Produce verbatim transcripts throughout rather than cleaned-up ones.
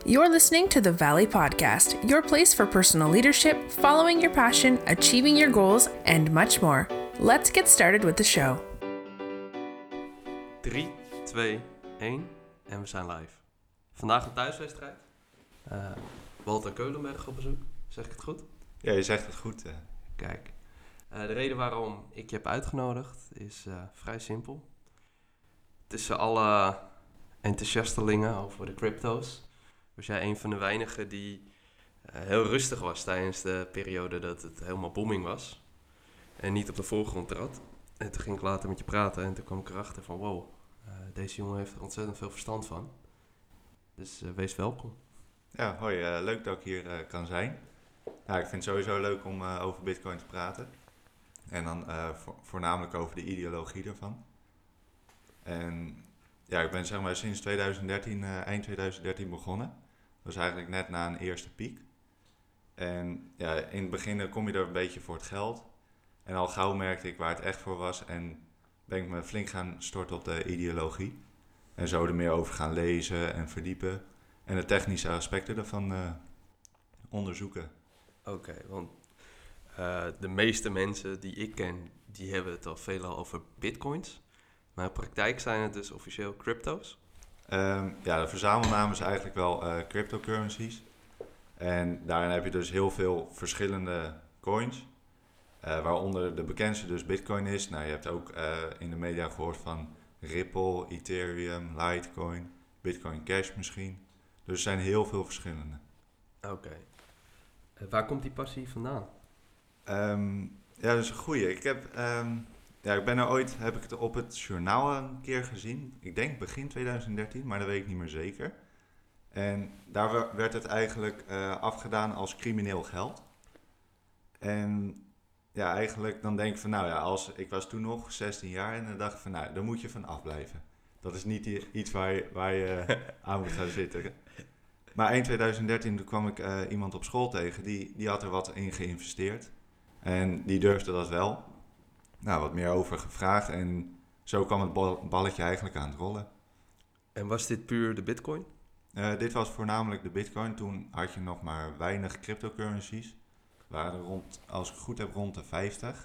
You're listening to the Valley Podcast, your place for personal leadership, following your passion, achieving your goals, and much more. Let's get started with the show. drie, twee, één en we zijn live. Vandaag een thuiswedstrijd. Uh, Walter Keulenberg op bezoek. Zeg ik het goed? Ja, je zegt het goed. Uh. Kijk, uh, de reden waarom ik je heb uitgenodigd is uh, vrij simpel. Tussen alle enthousiastelingen over de crypto's was jij een van de weinigen die uh, heel rustig was tijdens de periode dat het helemaal booming was. En niet op de voorgrond trad. En toen ging ik later met je praten en toen kwam ik erachter van wow, uh, deze jongen heeft er ontzettend veel verstand van. Dus uh, wees welkom. Ja, hoi. Uh, leuk dat ik hier uh, kan zijn. Ja, ik vind het sowieso leuk om uh, over Bitcoin te praten. En dan uh, vo- voornamelijk over de ideologie ervan. En ja, ik ben zeg maar sinds twintig dertien, uh, eind twintig dertien begonnen. Dat was eigenlijk net na een eerste piek. En ja, in het begin kom je er een beetje voor het geld. En al gauw merkte ik waar het echt voor was. En ben ik me flink gaan storten op de ideologie. En zo er meer over gaan lezen en verdiepen. En de technische aspecten ervan uh, onderzoeken. Oké, okay, want uh, de meeste mensen die ik ken, die hebben het al veelal over bitcoins. Maar in praktijk zijn het dus officieel crypto's? Um, ja, de verzamelnaam is eigenlijk wel uh, cryptocurrencies. En daarin heb je dus heel veel verschillende coins. Uh, waaronder de bekendste dus bitcoin is. Nou, je hebt ook uh, in de media gehoord van Ripple, Ethereum, Litecoin, Bitcoin Cash misschien. Dus er zijn heel veel verschillende. Oké. Okay. Uh, waar komt die passie vandaan? Um, ja, dat is een goeie. Ik heb... Um, Ja, ik ben er ooit, heb ik het op het journaal een keer gezien. Ik denk begin twintig dertien, maar dat weet ik niet meer zeker. En daar werd het eigenlijk uh, afgedaan als crimineel geld. En ja, eigenlijk dan denk ik van, nou ja, als, ik was toen nog zestien jaar en dan dacht ik van, nou, daar moet je van afblijven. Dat is niet iets waar je, waar je aan moet gaan zitten. Maar eind twintig dertien toen kwam ik uh, iemand op school tegen, die, die had er wat in geïnvesteerd. En die durfde dat wel. Nou, wat meer over gevraagd en zo kwam het balletje eigenlijk aan het rollen. En was dit puur de bitcoin? Uh, dit was voornamelijk de bitcoin. Toen had je nog maar weinig cryptocurrencies. Waren er rond, als ik het goed heb, rond de vijftig.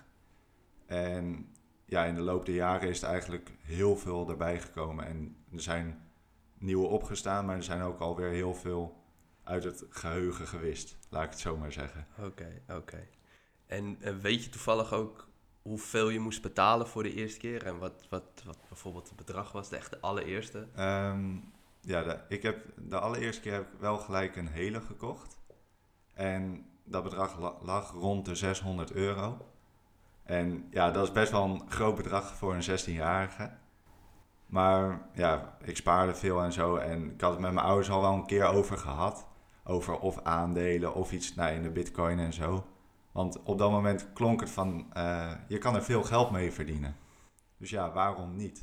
En ja, in de loop der jaren is er eigenlijk heel veel erbij gekomen. En er zijn nieuwe opgestaan, maar er zijn ook alweer heel veel uit het geheugen gewist. Laat ik het zo maar zeggen. Oké, okay, oké. Okay. En uh, weet je toevallig ook hoeveel je moest betalen voor de eerste keer en wat, wat, wat bijvoorbeeld het bedrag was, de echte allereerste? Um, ja, de, ik heb, de allereerste keer heb ik wel gelijk een hele gekocht. En dat bedrag la, lag rond de zeshonderd euro. En ja, dat is best wel een groot bedrag voor een zestienjarige. Maar ja, ik spaarde veel en zo. En ik had het met mijn ouders al wel een keer over gehad. Over of aandelen of iets nou, in de bitcoin en zo. Want op dat moment klonk het van, uh, je kan er veel geld mee verdienen. Dus ja, waarom niet?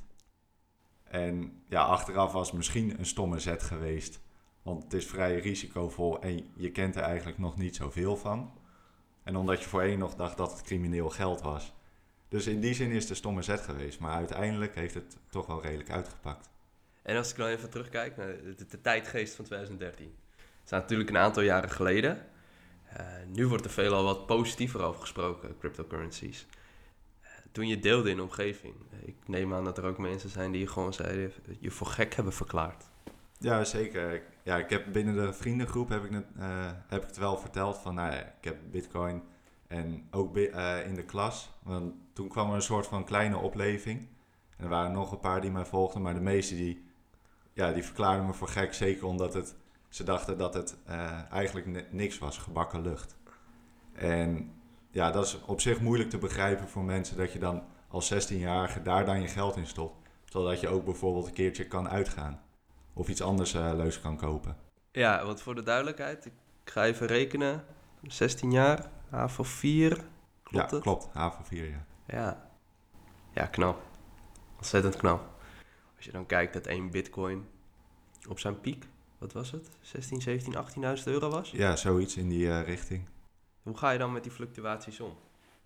En ja, achteraf was het misschien een stomme zet geweest. Want het is vrij risicovol en je kent er eigenlijk nog niet zoveel van. En omdat je voorheen nog dacht dat het crimineel geld was. Dus in die zin is het een stomme zet geweest. Maar uiteindelijk heeft het toch wel redelijk uitgepakt. En als ik dan even terugkijk naar de, de, de tijdgeest van twintig dertien. Dat is natuurlijk een aantal jaren geleden. Uh, nu wordt er veelal wat positiever over gesproken, cryptocurrencies. Uh, toen je deelde in de omgeving, uh, ik neem aan dat er ook mensen zijn die je gewoon zeiden, je voor gek hebben verklaard. Ja, zeker. Ja, ik heb binnen de vriendengroep heb ik het, uh, heb ik het wel verteld van, nou ja, ik heb bitcoin en ook bi- uh, in de klas. Want toen kwam er een soort van kleine opleving. En er waren nog een paar die mij volgden, maar de meeste die, ja, die verklaarden me voor gek, zeker omdat het... Ze dachten dat het uh, eigenlijk niks was, gebakken lucht. En ja, dat is op zich moeilijk te begrijpen voor mensen dat je dan als zestienjarige daar dan je geld in stopt. Zodat je ook bijvoorbeeld een keertje kan uitgaan. Of iets anders uh, leuks kan kopen. Ja, want voor de duidelijkheid, ik ga even rekenen. zestien jaar, H A V O vier, klopt ja, het? klopt, H A V O vier, ja. Ja, ja, knap. Ontzettend knap. Als je dan kijkt dat één bitcoin op zijn piek, wat was het? zestien, zeventien, achttienduizend euro was? Ja, zoiets in die uh, richting. Hoe ga je dan met die fluctuaties om?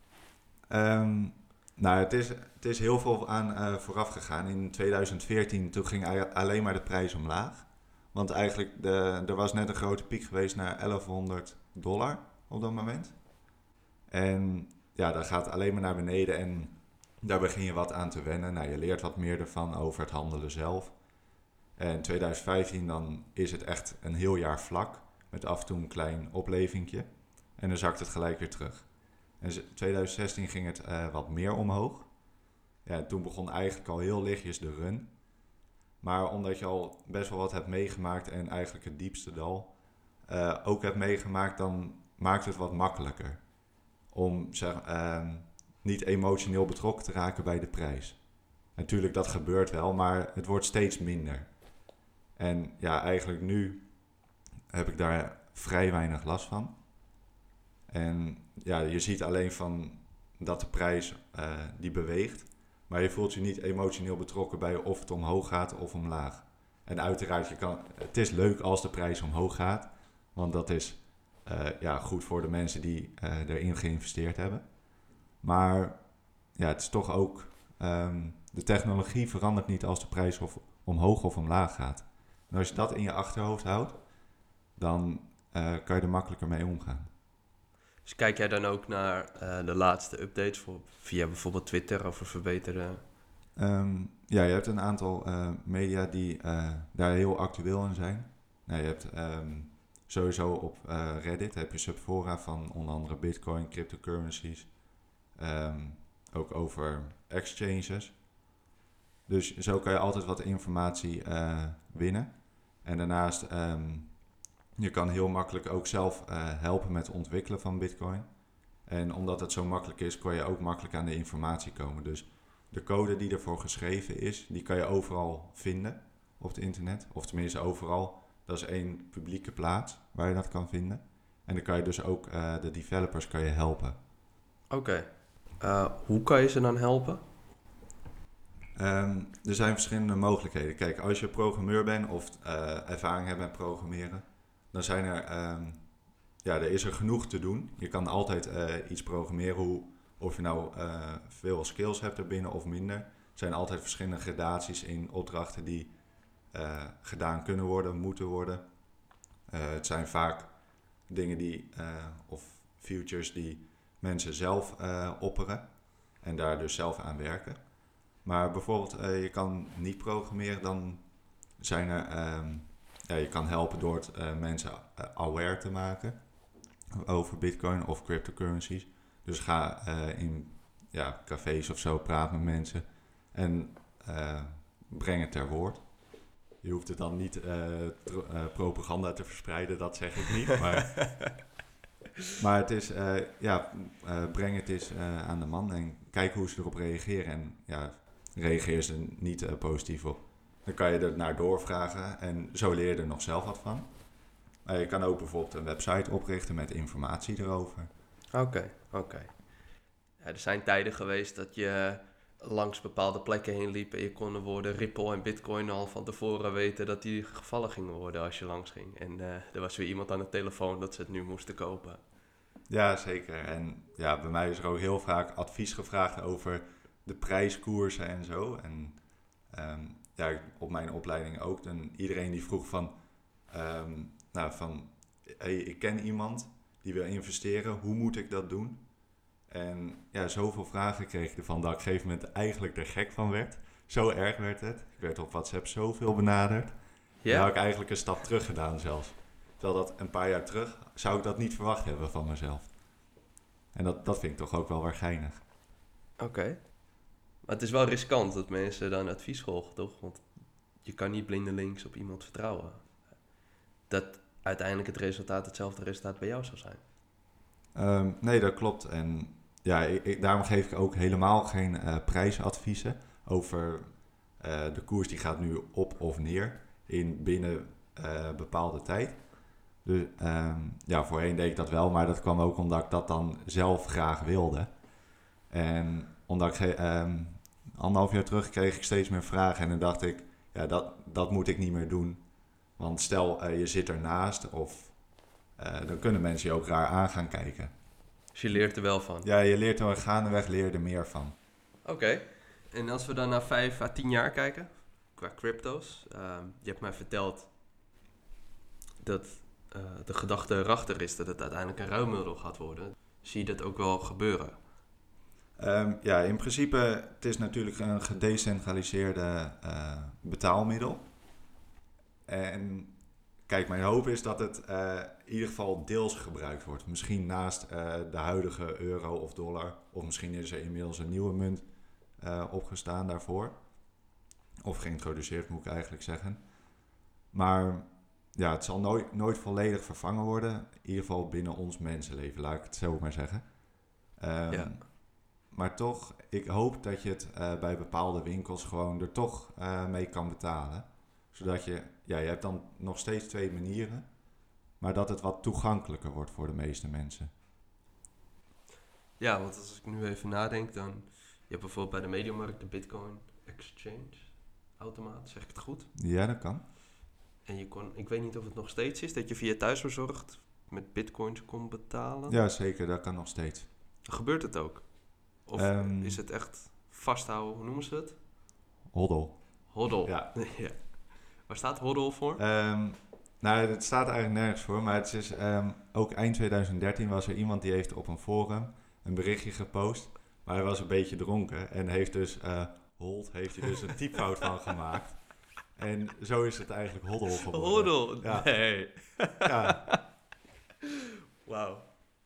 Um, nou, het is, het is heel veel aan uh, vooraf gegaan. In twintig veertien toen ging alleen maar de prijs omlaag. Want eigenlijk, de, er was net een grote piek geweest naar elfhonderd dollar op dat moment. En ja, dat gaat alleen maar naar beneden en daar begin je wat aan te wennen. Nou, je leert wat meer ervan over het handelen zelf. En in twintig vijftien dan is het echt een heel jaar vlak, met af en toe een klein oplevingje. En dan zakt het gelijk weer terug. En in twintig zestien ging het uh, wat meer omhoog. Ja, toen begon eigenlijk al heel lichtjes de run. Maar omdat je al best wel wat hebt meegemaakt en eigenlijk het diepste dal uh, ook hebt meegemaakt, dan maakt het wat makkelijker om zeg, uh, niet emotioneel betrokken te raken bij de prijs. Natuurlijk, dat gebeurt wel, maar het wordt steeds minder. En ja, eigenlijk nu heb ik daar vrij weinig last van. En ja, je ziet alleen van dat de prijs uh, die beweegt. Maar je voelt je niet emotioneel betrokken bij of het omhoog gaat of omlaag. En uiteraard, je kan, het is leuk als de prijs omhoog gaat. Want dat is uh, ja, goed voor de mensen die uh, erin geïnvesteerd hebben. Maar ja, het is toch ook... Um, de technologie verandert niet als de prijs of omhoog of omlaag gaat. En als je dat in je achterhoofd houdt, dan uh, kan je er makkelijker mee omgaan. Dus kijk jij dan ook naar uh, de laatste updates voor, via bijvoorbeeld Twitter over verbeteren? Um, ja, je hebt een aantal uh, media die uh, daar heel actueel in zijn. Nou, je hebt um, sowieso op uh, Reddit heb je subfora van onder andere Bitcoin, cryptocurrencies. Um, ook over exchanges. Dus zo kan je altijd wat informatie uh, winnen. En daarnaast, um, je kan heel makkelijk ook zelf uh, helpen met het ontwikkelen van Bitcoin. En omdat het zo makkelijk is, kan je ook makkelijk aan de informatie komen. Dus de code die ervoor geschreven is, die kan je overal vinden op het internet. Of tenminste overal. Dat is één publieke plaats waar je dat kan vinden. En dan kan je dus ook uh, de developers kan je helpen. Oké. Okay. Uh, hoe kan je ze dan helpen? Um, er zijn verschillende mogelijkheden. Kijk, als je programmeur bent of uh, ervaring hebt met programmeren, dan zijn er, um, ja, er is er genoeg te doen. Je kan altijd uh, iets programmeren, hoe, of je nou uh, veel skills hebt erbinnen of minder. Er zijn altijd verschillende gradaties in opdrachten die uh, gedaan kunnen worden, moeten worden. Uh, het zijn vaak dingen die, uh, of futures die mensen zelf uh, opperen en daar dus zelf aan werken. Maar bijvoorbeeld, uh, je kan niet programmeren, dan zijn er, um, ja, je kan helpen door het, uh, mensen uh, aware te maken over Bitcoin of cryptocurrencies. Dus ga uh, in ja, cafés of zo, praat met mensen en uh, breng het ter woord. Je hoeft het dan niet uh, tro- uh, propaganda te verspreiden, dat zeg ik niet. Maar, maar het is, uh, ja, uh, breng het eens uh, aan de man en kijk hoe ze erop reageren. En ja, reageer ze niet uh, positief op. Dan kan je er naar doorvragen en zo leer je er nog zelf wat van. Uh, je kan ook bijvoorbeeld een website oprichten met informatie erover. Oké, okay, oké. Okay. Ja, er zijn tijden geweest dat je langs bepaalde plekken heen liep en je kon de woorden Ripple en Bitcoin al van tevoren weten dat die gevallen gingen worden als je langs ging. En uh, er was weer iemand aan de telefoon dat ze het nu moesten kopen. Ja, zeker. En ja, bij mij is er ook heel vaak advies gevraagd over de prijskoersen en zo. En um, ja, op mijn opleiding ook. En iedereen die vroeg van, um, nou van, hey, ik ken iemand die wil investeren, hoe moet ik dat doen? En ja, zoveel vragen kreeg ik ervan dat ik op een gegeven moment eigenlijk er gek van werd. Zo erg werd het. Ik werd op WhatsApp zoveel benaderd. Ja. Dan had ik eigenlijk een stap terug gedaan zelfs. Terwijl dat een paar jaar terug zou ik dat niet verwacht hebben van mezelf. En dat, dat vind ik toch ook wel weer geinig. Oké. Okay. Maar het is wel riskant dat mensen dan advies volgen, toch? Want je kan niet blindelings op iemand vertrouwen. Dat uiteindelijk het resultaat hetzelfde resultaat bij jou zal zijn. Um, nee, dat klopt. En ja, ik, ik, daarom geef ik ook helemaal geen uh, prijsadviezen over uh, de koers die gaat nu op of neer in binnen uh, bepaalde tijd. Dus um, ja, voorheen deed ik dat wel, maar dat kwam ook omdat ik dat dan zelf graag wilde. En omdat ik um, anderhalf jaar terug kreeg ik steeds meer vragen en dan dacht ik, ja, dat, dat moet ik niet meer doen. Want stel, uh, je zit ernaast of uh, dan kunnen mensen je ook raar aan gaan kijken. Dus je leert er wel van? Ja, je leert er gaandeweg leer je er meer van. Oké. Okay. En als we dan naar vijf à tien jaar kijken, qua crypto's. Uh, je hebt mij verteld, dat uh, de gedachte erachter is dat het uiteindelijk een ruilmiddel gaat worden, zie je dat ook wel gebeuren? Um, ja, in principe, het is natuurlijk een gedecentraliseerde uh, betaalmiddel. En kijk, mijn hoop is dat het uh, in ieder geval deels gebruikt wordt. Misschien naast uh, de huidige euro of dollar. Of misschien is er inmiddels een nieuwe munt uh, opgestaan daarvoor. Of geïntroduceerd, moet ik eigenlijk zeggen. Maar ja, het zal nooit, nooit volledig vervangen worden. In ieder geval binnen ons mensenleven, laat ik het zo maar zeggen. Um, ja. Maar toch, ik hoop dat je het uh, bij bepaalde winkels gewoon er toch uh, mee kan betalen. Zodat je, ja, je hebt dan nog steeds twee manieren. Maar dat het wat toegankelijker wordt voor de meeste mensen. Ja, want als ik nu even nadenk, dan... Je hebt bijvoorbeeld bij de Mediamarkt de Bitcoin Exchange automaat, zeg ik het goed? Ja, dat kan. En je kon, ik weet niet of het nog steeds is, dat je via thuisbezorgd met bitcoins kon betalen. Ja, zeker, dat kan nog steeds. Gebeurt het ook? Of um, is het echt vasthouden, hoe noemen ze het? Hoddel. Hoddel, ja. ja. Waar staat hoddel voor? Um, nou, het staat eigenlijk nergens voor, maar het is um, ook eind twintig dertien was er iemand die heeft op een forum een berichtje gepost, maar hij was een beetje dronken en heeft dus uh, hold, heeft hij dus een typfout van gemaakt. En zo is het eigenlijk hoddel geworden. Hoddel? Ja. Nee. Ja. Wauw.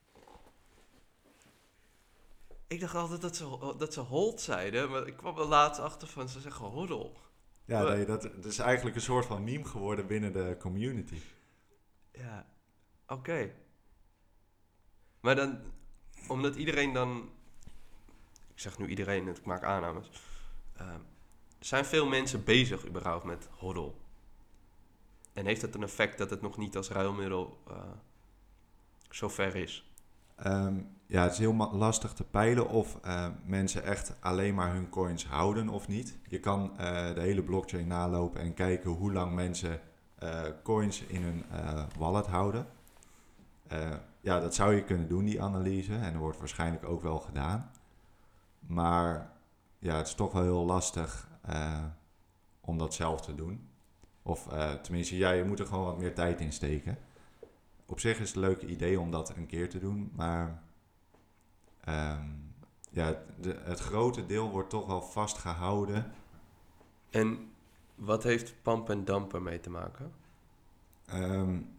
Ik dacht altijd dat ze, dat ze hold zeiden, maar ik kwam er laatst achter van ze zeggen hoddel. Ja, nee, dat, dat is eigenlijk een soort van meme geworden binnen de community. Ja, oké. Okay. Maar dan, omdat iedereen dan... Ik zeg nu iedereen, ik maak aannames. Uh, zijn veel mensen bezig überhaupt met hoddel? En heeft het een effect dat het nog niet als ruilmiddel uh, zo ver is? Um, ja, het is heel ma- lastig te peilen of uh, mensen echt alleen maar hun coins houden of niet. Je kan uh, de hele blockchain nalopen en kijken hoe lang mensen uh, coins in hun uh, wallet houden. Uh, ja, dat zou je kunnen doen, die analyse. En dat wordt waarschijnlijk ook wel gedaan. Maar ja, het is toch wel heel lastig uh, om dat zelf te doen. Of uh, tenminste, ja, je moet er gewoon wat meer tijd in steken. Op zich is het een leuk idee om dat een keer te doen, maar um, ja, de, het grote deel wordt toch wel vastgehouden. En wat heeft pump en dump ermee te maken? Um,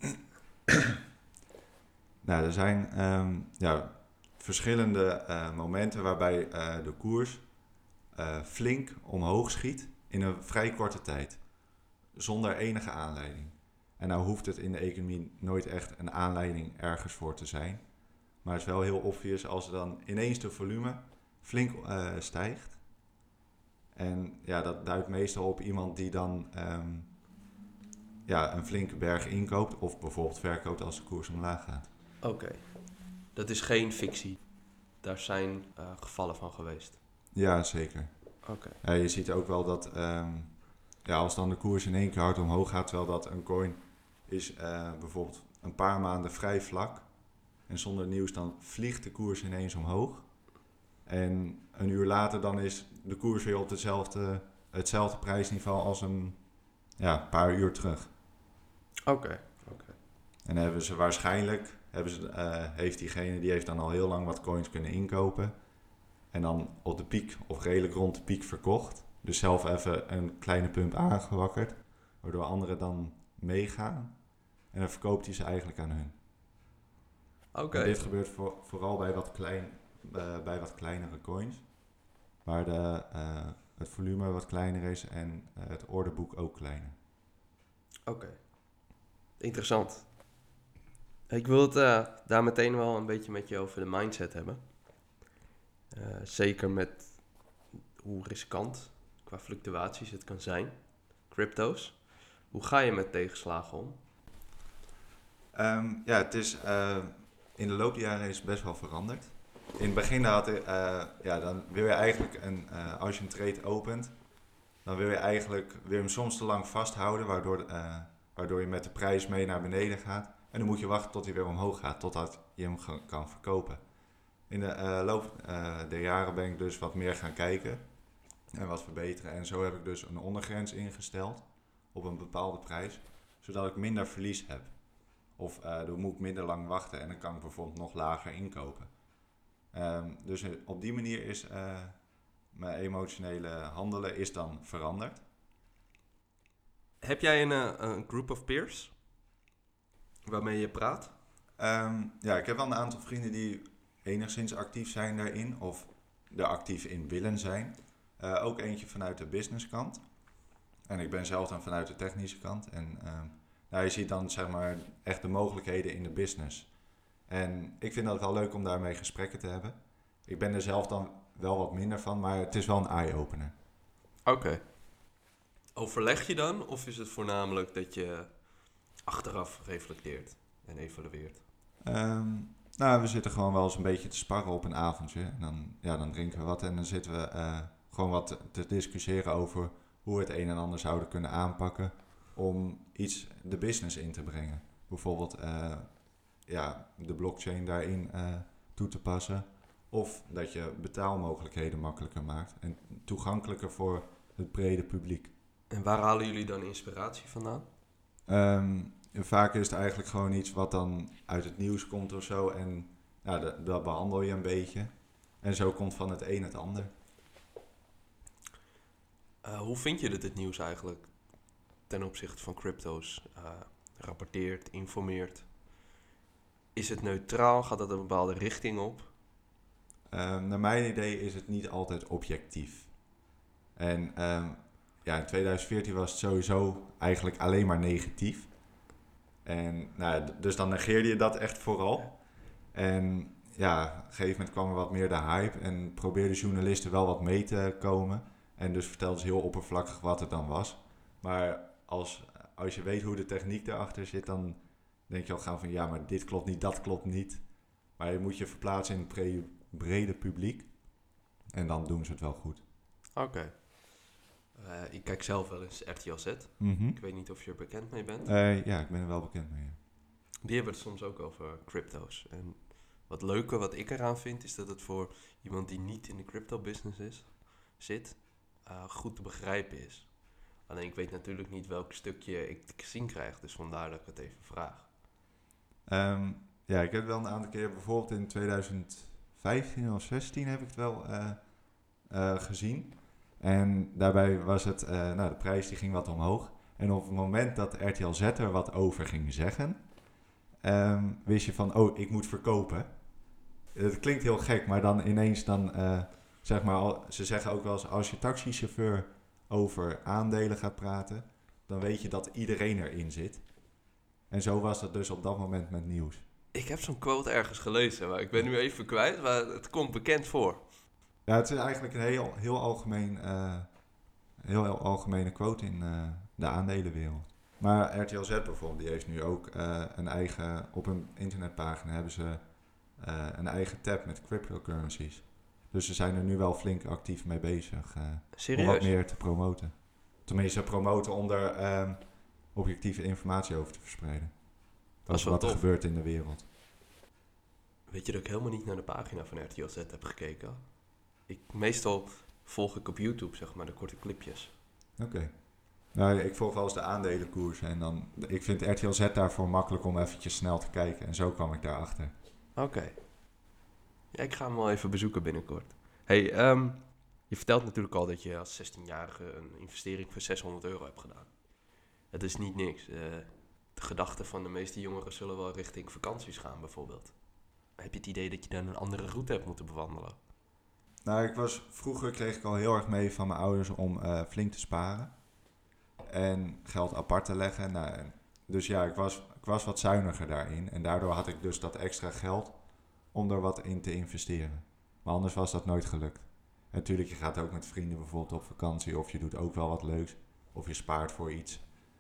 nou, er zijn um, ja, verschillende uh, momenten waarbij uh, de koers uh, flink omhoog schiet in een vrij korte tijd, zonder enige aanleiding. En nou hoeft het in de economie nooit echt een aanleiding ergens voor te zijn. Maar het is wel heel obvious als er dan ineens de volume flink uh, stijgt. En ja, dat duidt meestal op iemand die dan um, ja, een flinke berg inkoopt of bijvoorbeeld verkoopt als de koers omlaag gaat. Oké, okay. Dat is geen fictie. Daar zijn uh, gevallen van geweest. Ja, zeker. Oké. Okay. Ja, je ziet ook wel dat um, ja, als dan de koers in één keer hard omhoog gaat, terwijl dat een coin is uh, bijvoorbeeld een paar maanden vrij vlak. En zonder nieuws dan vliegt de koers ineens omhoog. En een uur later dan is de koers weer op hetzelfde, hetzelfde prijsniveau als een ja, paar uur terug. Oké. Okay. Okay. En hebben ze waarschijnlijk, hebben ze, uh, heeft diegene die heeft dan al heel lang wat coins kunnen inkopen. En dan op de piek of redelijk rond de piek verkocht. Dus zelf even een kleine pump aangewakkerd. Waardoor anderen dan meegaan. En dan verkoopt hij ze eigenlijk aan hun. Oké. Okay. Dit gebeurt voor, vooral bij wat, klein, uh, bij wat kleinere coins. Waar de, uh, het volume wat kleiner is en uh, het orderboek ook kleiner. Oké. Okay. Interessant. Ik wil het uh, daar meteen wel een beetje met je over de mindset hebben. Uh, zeker met hoe riskant qua fluctuaties het kan zijn. Crypto's. Hoe ga je met tegenslagen om? Um, ja, het is uh, in de loop der jaren is het best wel veranderd. In het begin had ik, uh, ja, dan wil je eigenlijk een, uh, als je een trade opent, dan wil je eigenlijk wil je hem soms te lang vasthouden, waardoor, uh, waardoor je met de prijs mee naar beneden gaat. En dan moet je wachten tot hij weer omhoog gaat, totdat je hem ge- kan verkopen. In de uh, loop uh, der jaren ben ik dus wat meer gaan kijken en wat verbeteren. En zo heb ik dus een ondergrens ingesteld op een bepaalde prijs, zodat ik minder verlies heb. Of uh, dan moet ik minder lang wachten en dan kan ik bijvoorbeeld nog lager inkopen. Um, dus op die manier is uh, mijn emotionele handelen is dan veranderd. Heb jij een, uh, een group of peers waarmee je praat? Um, ja, ik heb wel een aantal vrienden die enigszins actief zijn daarin of er actief in willen zijn. Uh, ook eentje vanuit de businesskant. En ik ben zelf dan vanuit de technische kant. En um, nou, je ziet dan zeg maar echt de mogelijkheden in de business. En ik vind dat wel leuk om daarmee gesprekken te hebben. Ik ben er zelf dan wel wat minder van, maar het is wel een eye-opener. Oké. Okay. Overleg je dan of is het voornamelijk dat je achteraf reflecteert en evalueert? Um, nou, we zitten gewoon wel eens een beetje te sparren op een avondje. En dan, ja, dan drinken we wat en dan zitten we uh, gewoon wat te, te discussiëren over hoe we het een en ander zouden kunnen aanpakken om iets de business in te brengen. Bijvoorbeeld uh, ja, de blockchain daarin uh, toe te passen. Of dat je betaalmogelijkheden makkelijker maakt en toegankelijker voor het brede publiek. En waar halen jullie dan inspiratie vandaan? Um, vaak is het eigenlijk gewoon iets wat dan uit het nieuws komt of zo. En ja, dat, dat behandel je een beetje. En zo komt van het een het ander. Uh, hoe vind je dat het nieuws eigenlijk ten opzichte van crypto's uh, rapporteert, informeert? Is het neutraal? Gaat dat een bepaalde richting op? Um, naar mijn idee is het niet altijd objectief. En um, ja, in twintig veertien was het sowieso eigenlijk alleen maar negatief. En nou, dus dan negeerde je dat echt vooral. En ja, op een gegeven moment kwam er wat meer de hype en probeerden journalisten wel wat mee te komen. En dus vertelden ze heel oppervlakkig wat het dan was. Maar als, als je weet hoe de techniek erachter zit, dan denk je al gaan van ja, maar dit klopt niet, dat klopt niet. Maar je moet je verplaatsen in het pre- brede publiek. En dan doen ze het wel goed. Oké. Okay. Uh, ik kijk zelf wel eens R T L Z. Mm-hmm. Ik weet niet of je er bekend mee bent. Uh, ja, ik ben er wel bekend mee. Ja. Die hebben het soms ook over crypto's. En wat leuke, wat ik eraan vind, is dat het voor iemand die niet in de crypto business is, zit, uh, goed te begrijpen is. Alleen ik weet natuurlijk niet welk stukje ik te zien krijg, dus vandaar dat ik het even vraag. Um, ja, ik heb het wel een aantal keer, bijvoorbeeld in twintig vijftien of zestien heb ik het wel uh, uh, gezien. En daarbij was het, uh, nou de prijs die ging wat omhoog. En op het moment dat R T L Z er wat over ging zeggen, um, wist je van, oh, ik moet verkopen. Het klinkt heel gek, maar dan ineens dan, uh, zeg maar, ze zeggen ook wel eens, als je taxichauffeur over aandelen gaat praten, dan weet je dat iedereen erin zit. En zo was dat dus op dat moment met nieuws. Ik heb zo'n quote ergens gelezen, maar ik ben nu even kwijt, maar het komt bekend voor. Ja, het is eigenlijk een heel, heel, algemeen, uh, heel, heel algemene quote in uh, de aandelenwereld. Maar R T L Z bijvoorbeeld, die heeft nu ook uh, een eigen, op hun internetpagina hebben ze uh, een eigen tab met cryptocurrencies. Dus ze zijn er nu wel flink actief mee bezig uh, Serieus? om wat meer te promoten. Tenminste, promoten om er um, objectieve informatie over te verspreiden. Dat is wat tof. Er gebeurt in de wereld. Weet je dat ik helemaal niet naar de pagina van R T L Z heb gekeken? Ik, meestal volg ik op YouTube, zeg maar, de korte clipjes. Oké. Okay. Nou, ik volg wel eens de aandelenkoersen en dan, ik vind R T L Z daarvoor makkelijk om eventjes snel te kijken. En zo kwam ik daarachter. Oké. Okay. Ja, ik ga hem wel even bezoeken binnenkort. Hey, um, je vertelt natuurlijk al dat je als zestienjarige een investering voor zeshonderd euro hebt gedaan. Het is niet niks. Uh, de gedachten van de meeste jongeren zullen wel richting vakanties gaan, bijvoorbeeld. Heb je het idee dat je dan een andere route hebt moeten bewandelen? Nou, ik was, vroeger kreeg ik al heel erg mee van mijn ouders om uh, flink te sparen. En geld apart te leggen. Nou, dus ja, ik was, ik was wat zuiniger daarin. En daardoor had ik dus dat extra geld om er wat in te investeren. Maar anders was dat nooit gelukt. En natuurlijk, je gaat ook met vrienden bijvoorbeeld op vakantie. Of je doet ook wel wat leuks. Of je spaart voor iets.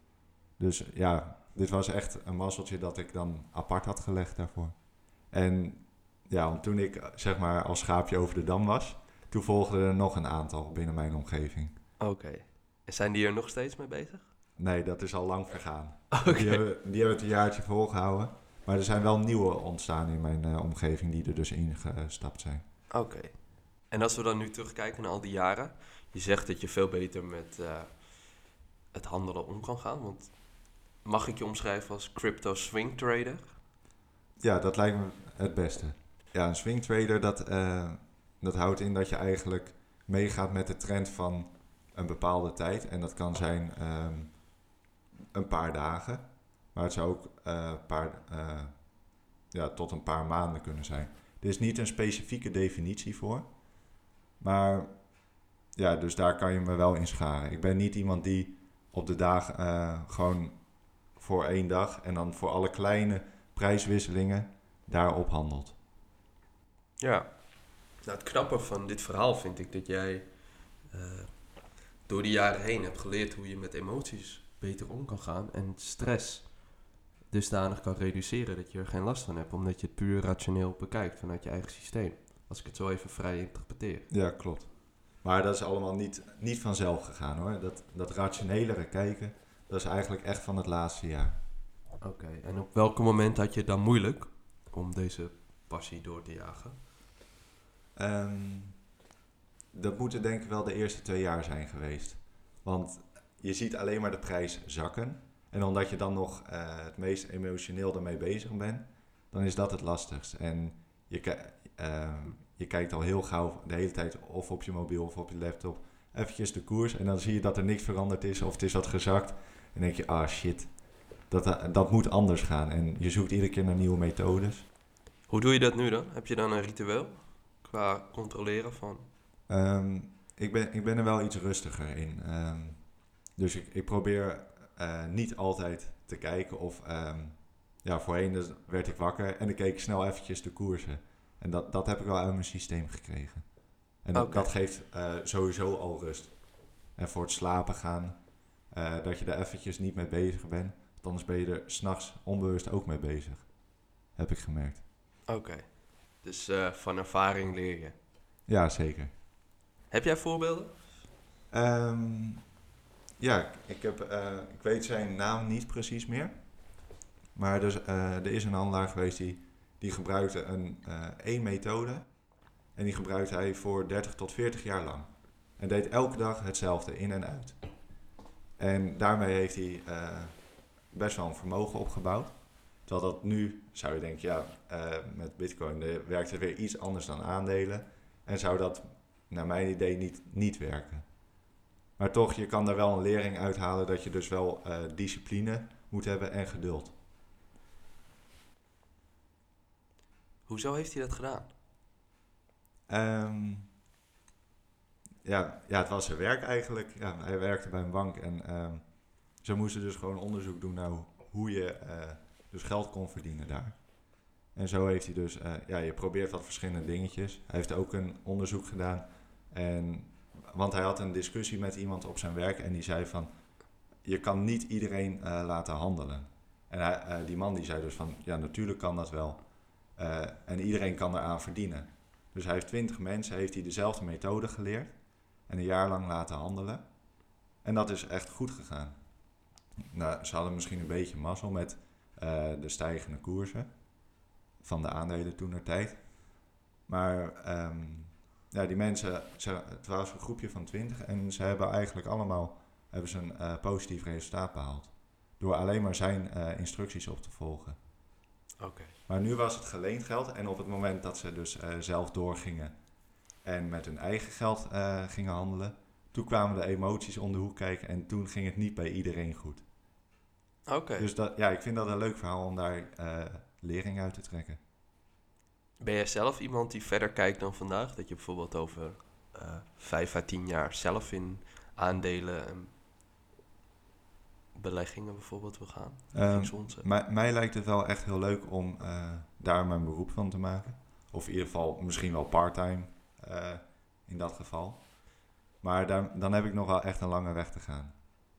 Dus ja, dit was echt een mazzeltje dat ik dan apart had gelegd daarvoor. En ja, want toen ik zeg maar als schaapje over de dam was, toen volgden er nog een aantal binnen mijn omgeving. Oké. Okay. En zijn die er nog steeds mee bezig? Nee, dat is al lang vergaan. Okay. Die, hebben, die hebben het een jaartje volgehouden. Maar er zijn wel nieuwe ontstaan in mijn uh, omgeving die er dus ingestapt zijn. Oké. Okay. En als we dan nu terugkijken naar al die jaren. Je zegt dat je veel beter met uh, het handelen om kan gaan. Want mag ik je omschrijven als crypto swing trader? Ja, dat lijkt me het beste. Ja, een swing trader, dat, uh, dat houdt in dat je eigenlijk meegaat met de trend van een bepaalde tijd. En dat kan zijn um, een paar dagen, maar het zou ook uh, paar, uh, ja, tot een paar maanden kunnen zijn. Er is niet een specifieke definitie voor, maar ja, dus daar kan je me wel in scharen. Ik ben niet iemand die op de dag uh, gewoon voor één dag en dan voor alle kleine prijswisselingen daarop handelt. Ja, nou, het knappe van dit verhaal vind ik dat jij uh, door de jaren heen hebt geleerd hoe je met emoties beter om kan gaan en stress dusdanig kan reduceren dat je er geen last van hebt, omdat je het puur rationeel bekijkt vanuit je eigen systeem. Als ik het zo even vrij interpreteer. Ja, klopt. Maar dat is allemaal niet, niet vanzelf gegaan hoor. Dat, dat rationelere kijken, dat is eigenlijk echt van het laatste jaar. Oké, okay. En op welk moment had je het dan moeilijk om deze passie door te jagen? Um, dat moeten denk ik wel de eerste twee jaar zijn geweest. Want je ziet alleen maar de prijs zakken. En omdat je dan nog uh, het meest emotioneel ermee bezig bent, dan is dat het lastigst. En je, uh, je kijkt al heel gauw de hele tijd of op je mobiel of op je laptop eventjes de koers. En dan zie je dat er niks veranderd is of het is wat gezakt. En dan denk je, ah shit, dat, dat moet anders gaan. En je zoekt iedere keer naar nieuwe methodes. Hoe doe je dat nu dan? Heb je dan een ritueel qua controleren van? Um, ik, ben, ik ben er wel iets rustiger in. Um, dus ik, ik probeer uh, niet altijd te kijken of... Um, ja, voorheen dus werd ik wakker en ik keek snel eventjes de koersen. En dat, dat heb ik wel uit mijn systeem gekregen. En dat, okay. dat geeft uh, sowieso al rust. En voor het slapen gaan, uh, dat je daar eventjes niet mee bezig bent. Want anders ben je er 's nachts onbewust ook mee bezig. Heb ik gemerkt. Oké, okay. Dus uh, van ervaring leer je. Ja, zeker. Heb jij voorbeelden? Um, ja, ik, heb, uh, ik weet zijn naam niet precies meer. Maar dus, uh, er is een handelaar geweest die, die gebruikte een, uh, één methode. En die gebruikte hij voor dertig tot veertig jaar lang. En deed elke dag hetzelfde, in en uit. En daarmee heeft hij uh, best wel een vermogen opgebouwd. Terwijl dat nu, zou je denken, ja, uh, met Bitcoin de, werkt het weer iets anders dan aandelen. En zou dat, naar mijn idee, niet, niet werken. Maar toch, je kan daar wel een lering uithalen dat je dus wel uh, discipline moet hebben en geduld. Hoezo heeft hij dat gedaan? Um, ja, ja, het was zijn werk eigenlijk. Ja, hij werkte bij een bank en um, ze moesten dus gewoon onderzoek doen naar hoe je uh, dus geld kon verdienen daar. En zo heeft hij dus, uh, ja, je probeert wat verschillende dingetjes. Hij heeft ook een onderzoek gedaan. En, want hij had een discussie met iemand op zijn werk en die zei van, je kan niet iedereen uh, laten handelen. En hij, uh, die man die zei dus van, ja, natuurlijk kan dat wel. Uh, en iedereen kan eraan verdienen. Dus hij heeft twintig mensen, heeft hij dezelfde methode geleerd. En een jaar lang laten handelen. En dat is echt goed gegaan. Nou, ze hadden misschien een beetje mazzel met uh, de stijgende koersen. Van de aandelen toentertijd. Maar um, ja, die mensen, ze, het was een groepje van twintig. En ze hebben eigenlijk allemaal hebben ze een uh, positief resultaat behaald. Door alleen maar zijn uh, instructies op te volgen. Okay. Maar nu was het geleend geld en op het moment dat ze dus uh, zelf doorgingen en met hun eigen geld uh, gingen handelen, toen kwamen de emoties om de hoek kijken en toen ging het niet bij iedereen goed. Oké. Okay. Dus dat, ja, ik vind dat een leuk verhaal om daar uh, lering uit te trekken. Ben jij zelf iemand die verder kijkt dan vandaag? Dat je bijvoorbeeld over uh, vijf à tien jaar zelf in aandelen en beleggingen bijvoorbeeld wil gaan? Um, mij, mij lijkt het wel echt heel leuk om uh, daar mijn beroep van te maken. Of in ieder geval misschien wel parttime uh, in dat geval. Maar daar, dan heb ik nog wel echt een lange weg te gaan.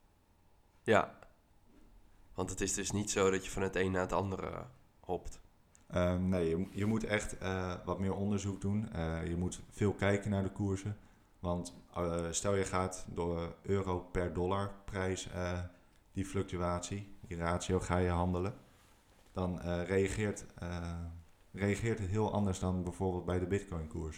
Ja, want het is dus niet zo dat je van het een naar het andere hopt. Um, nee, je, je moet echt uh, wat meer onderzoek doen. Uh, je moet veel kijken naar de koersen. Want uh, stel je gaat door euro per dollar prijs... Uh, die fluctuatie, die ratio ga je handelen, dan uh, reageert, uh, reageert het heel anders dan bijvoorbeeld bij de Bitcoin-koers.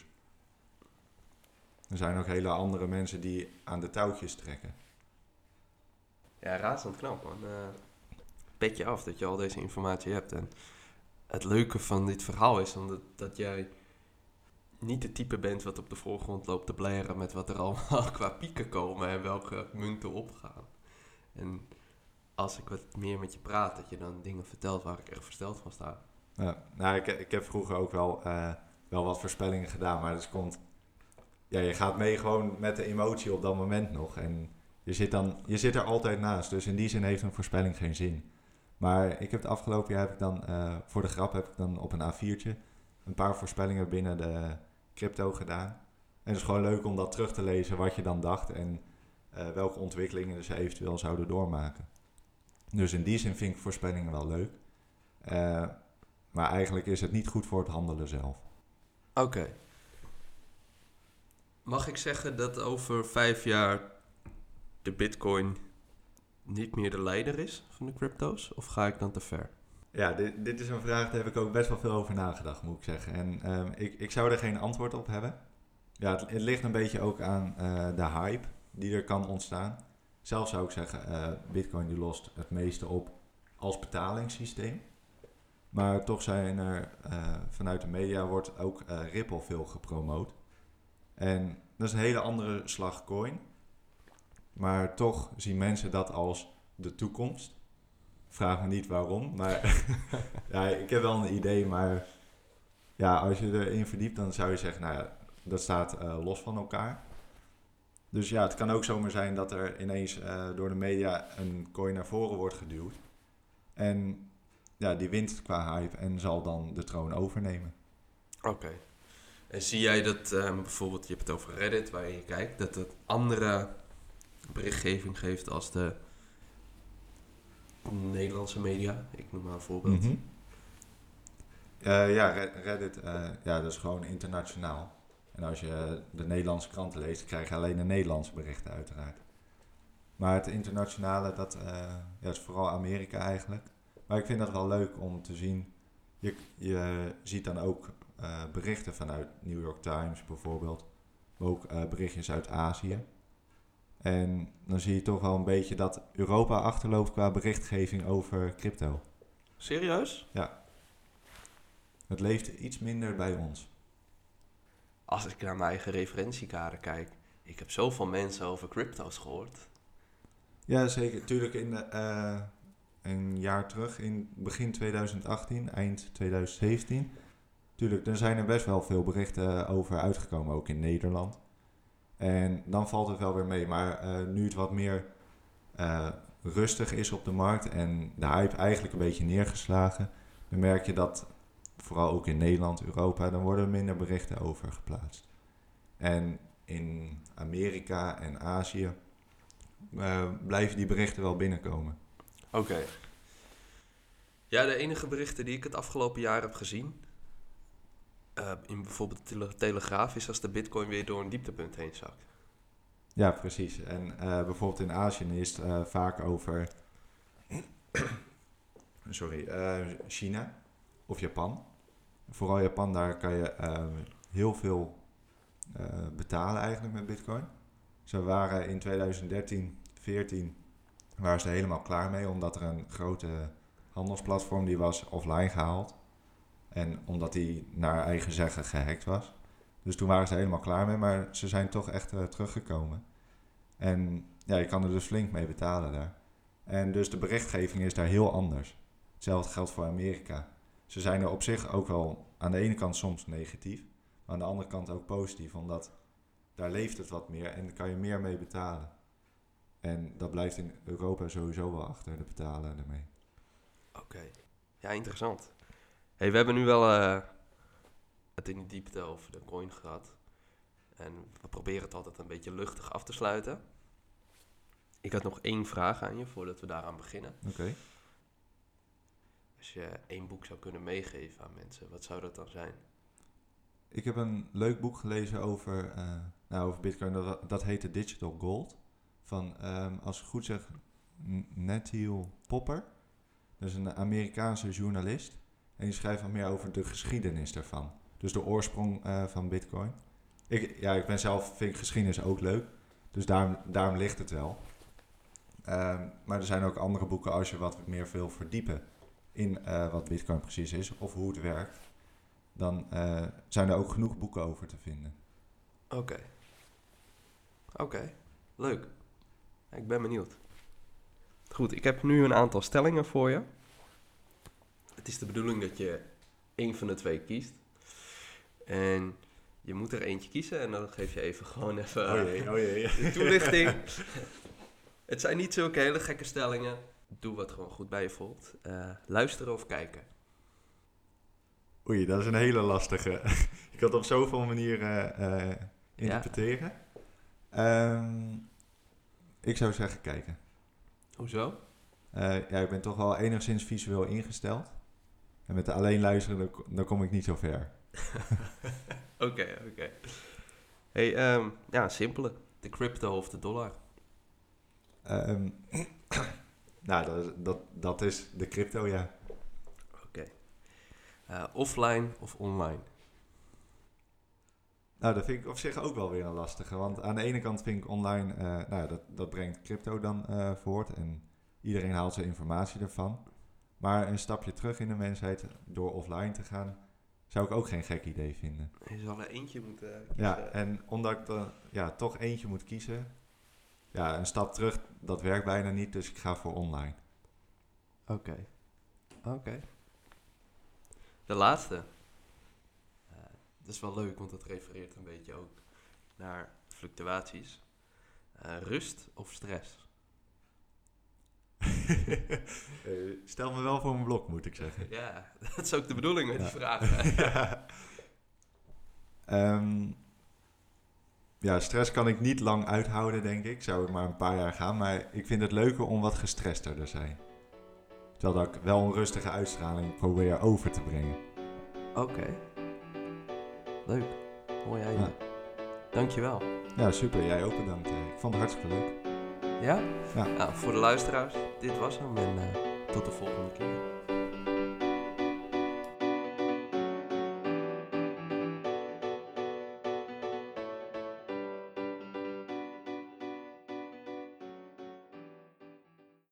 Er zijn ook hele andere mensen die aan de touwtjes trekken. Ja, razend knap man. Uh, petje af dat je al deze informatie hebt. En het leuke van dit verhaal is dan dat, dat jij niet de type bent wat op de voorgrond loopt te blaren met wat er allemaal qua pieken komen en welke munten opgaan. En als ik wat meer met je praat, dat je dan dingen vertelt waar ik echt versteld van sta. Ja, nou, ik, ik heb vroeger ook wel, uh, wel wat voorspellingen gedaan, maar dus komt, ja, je gaat mee gewoon met de emotie op dat moment nog. En je zit, dan, je zit er altijd naast, dus in die zin heeft een voorspelling geen zin. Maar ik heb het afgelopen jaar, heb ik dan, uh, voor de grap heb ik dan op een A viertje een paar voorspellingen binnen de crypto gedaan. En het is gewoon leuk om dat terug te lezen, wat je dan dacht en uh, welke ontwikkelingen ze eventueel zouden doormaken. Dus in die zin vind ik voorspellingen wel leuk. Uh, maar eigenlijk is het niet goed voor het handelen zelf. Oké. Okay. Mag ik zeggen dat over vijf jaar de Bitcoin niet meer de leider is van de crypto's? Of ga ik dan te ver? Ja, dit, dit is een vraag, daar heb ik ook best wel veel over nagedacht, moet ik zeggen. En um, ik, ik zou er geen antwoord op hebben. Ja, het, het ligt een beetje ook aan uh, de hype die er kan ontstaan. Zelf zou ik zeggen, uh, Bitcoin die lost het meeste op als betalingssysteem. Maar toch zijn er, uh, vanuit de media wordt ook uh, Ripple veel gepromoot. En dat is een hele andere slag coin. Maar toch zien mensen dat als de toekomst. Vraag me niet waarom, maar ja, ik heb wel een idee. Maar ja, als je erin verdiept, dan zou je zeggen, nou ja, dat staat uh, los van elkaar. Dus ja, het kan ook zomaar zijn dat er ineens uh, door de media een coin naar voren wordt geduwd. En ja, die wint qua hype en zal dan de troon overnemen. Oké. Okay. En zie jij dat um, bijvoorbeeld, je hebt het over Reddit, waar je kijkt, dat het andere berichtgeving geeft als de Nederlandse media? Ik noem maar een voorbeeld. Mm-hmm. Uh, ja, Reddit, uh, ja, dat is gewoon internationaal. En als je de Nederlandse kranten leest, krijg je alleen de Nederlandse berichten uiteraard. Maar het internationale, dat uh, ja, is vooral Amerika eigenlijk. Maar ik vind dat wel leuk om te zien. Je, je ziet dan ook uh, berichten vanuit New York Times bijvoorbeeld. Maar ook uh, berichtjes uit Azië. En dan zie je toch wel een beetje dat Europa achterloopt qua berichtgeving over crypto. Serieus? Ja. Het leeft iets minder bij ons. Als ik naar mijn eigen referentiekader kijk, ik heb zoveel mensen over crypto's gehoord. Ja, zeker. Tuurlijk in de, uh, een jaar terug, in begin twintig achttien, eind twintig zeventien. Tuurlijk, er zijn er best wel veel berichten over uitgekomen, ook in Nederland. En dan valt het wel weer mee. Maar uh, nu het wat meer uh, rustig is op de markt en de hype eigenlijk een beetje neergeslagen, dan merk je dat, vooral ook in Nederland, Europa, dan worden er minder berichten over geplaatst. En in Amerika en Azië uh, blijven die berichten wel binnenkomen. Oké. Okay. Ja, de enige berichten die ik het afgelopen jaar heb gezien, uh, in bijvoorbeeld de tele- Telegraaf, is als de Bitcoin weer door een dieptepunt heen zakt. Ja, precies. En uh, bijvoorbeeld in Azië is het uh, vaak over sorry, uh, China of Japan. Vooral Japan, daar kan je uh, heel veel uh, betalen eigenlijk met Bitcoin. Ze waren in twintig dertien, veertien waren ze er helemaal klaar mee, omdat er een grote handelsplatform die was offline gehaald. En omdat die naar eigen zeggen gehackt was. Dus toen waren ze er helemaal klaar mee, maar ze zijn toch echt uh, teruggekomen. En ja, je kan er dus flink mee betalen daar. En dus de berichtgeving is daar heel anders. Hetzelfde geldt voor Amerika. Ze zijn er op zich ook wel aan de ene kant soms negatief, maar aan de andere kant ook positief, omdat daar leeft het wat meer en daar kan je meer mee betalen. En dat blijft in Europa sowieso wel achter, de betalen ermee. Oké, okay. Ja, interessant. Hey, we hebben nu wel uh, het in de diepte over de coin gehad. En we proberen het altijd een beetje luchtig af te sluiten. Ik had nog één vraag aan je voordat we daaraan beginnen. Oké. Okay. Als je één boek zou kunnen meegeven aan mensen, wat zou dat dan zijn? Ik heb een leuk boek gelezen over, uh, nou, over Bitcoin. Dat, dat heette Digital Gold. Van, um, als ik goed zeg, Nathaniel Popper. Dat is een Amerikaanse journalist. En die schrijft wat meer over de geschiedenis daarvan. Dus de oorsprong uh, van Bitcoin. Ik, ja, ik ben zelf, vind ik geschiedenis ook leuk. Dus daarom, daarom ligt het wel. Um, maar er zijn ook andere boeken als je wat meer wil verdiepen in uh, wat Bitcoin precies is of hoe het werkt. Dan uh, zijn er ook genoeg boeken over te vinden. Oké. Okay. Oké, okay. Leuk. Ik ben benieuwd. Goed, ik heb nu een aantal stellingen voor je. Het is de bedoeling dat je één van de twee kiest. En je moet er eentje kiezen en dan geef je even gewoon even oh jee, oh jee. de toelichting. Het zijn niet zulke hele gekke stellingen. Doe wat gewoon goed bij je voelt. Uh, luisteren of kijken. Oei, dat is een hele lastige. Ik kan het op zoveel manieren uh, interpreteren. Ja. Um, ik zou zeggen kijken. Hoezo? Uh, ja, ik ben toch wel enigszins visueel ingesteld. En met alleen luisteren, dan, dan kom ik niet zo ver. Oké, oké. Okay, okay. Hey, um, ja, simpele. De crypto of de dollar? Um, nou, dat, dat, dat is de crypto, ja. Oké. Okay. Uh, offline of online? Nou, dat vind ik op zich ook wel weer een lastige. Want aan de ene kant vind ik online, uh, nou ja, dat, dat brengt crypto dan uh, voort. En iedereen haalt zijn informatie ervan. Maar een stapje terug in de mensheid door offline te gaan, zou ik ook geen gek idee vinden. Je zal er eentje moeten kiezen. Ja, en omdat ik dan ja, toch eentje moet kiezen, ja, een stap terug, dat werkt bijna niet, dus ik ga voor online. Oké. Okay. Oké. Okay. De laatste. Uh, dat is wel leuk, want het refereert een beetje ook naar fluctuaties. Uh, rust of stress? uh, stel me wel voor een blok, moet ik zeggen. Ja, dat is ook de bedoeling met ja. die vraag. ja. Um, ja, stress kan ik niet lang uithouden, denk ik. Zou ik maar een paar jaar gaan. Maar ik vind het leuker om wat gestrester te zijn. Terwijl dat ik wel een rustige uitstraling probeer over te brengen. Oké. Okay. Leuk. Mooi einde. Ja. Dankjewel. Ja, super. Jij ook bedankt. Ik vond het hartstikke leuk. Ja? Ja. Nou, voor de luisteraars, dit was hem en uh, tot de volgende keer.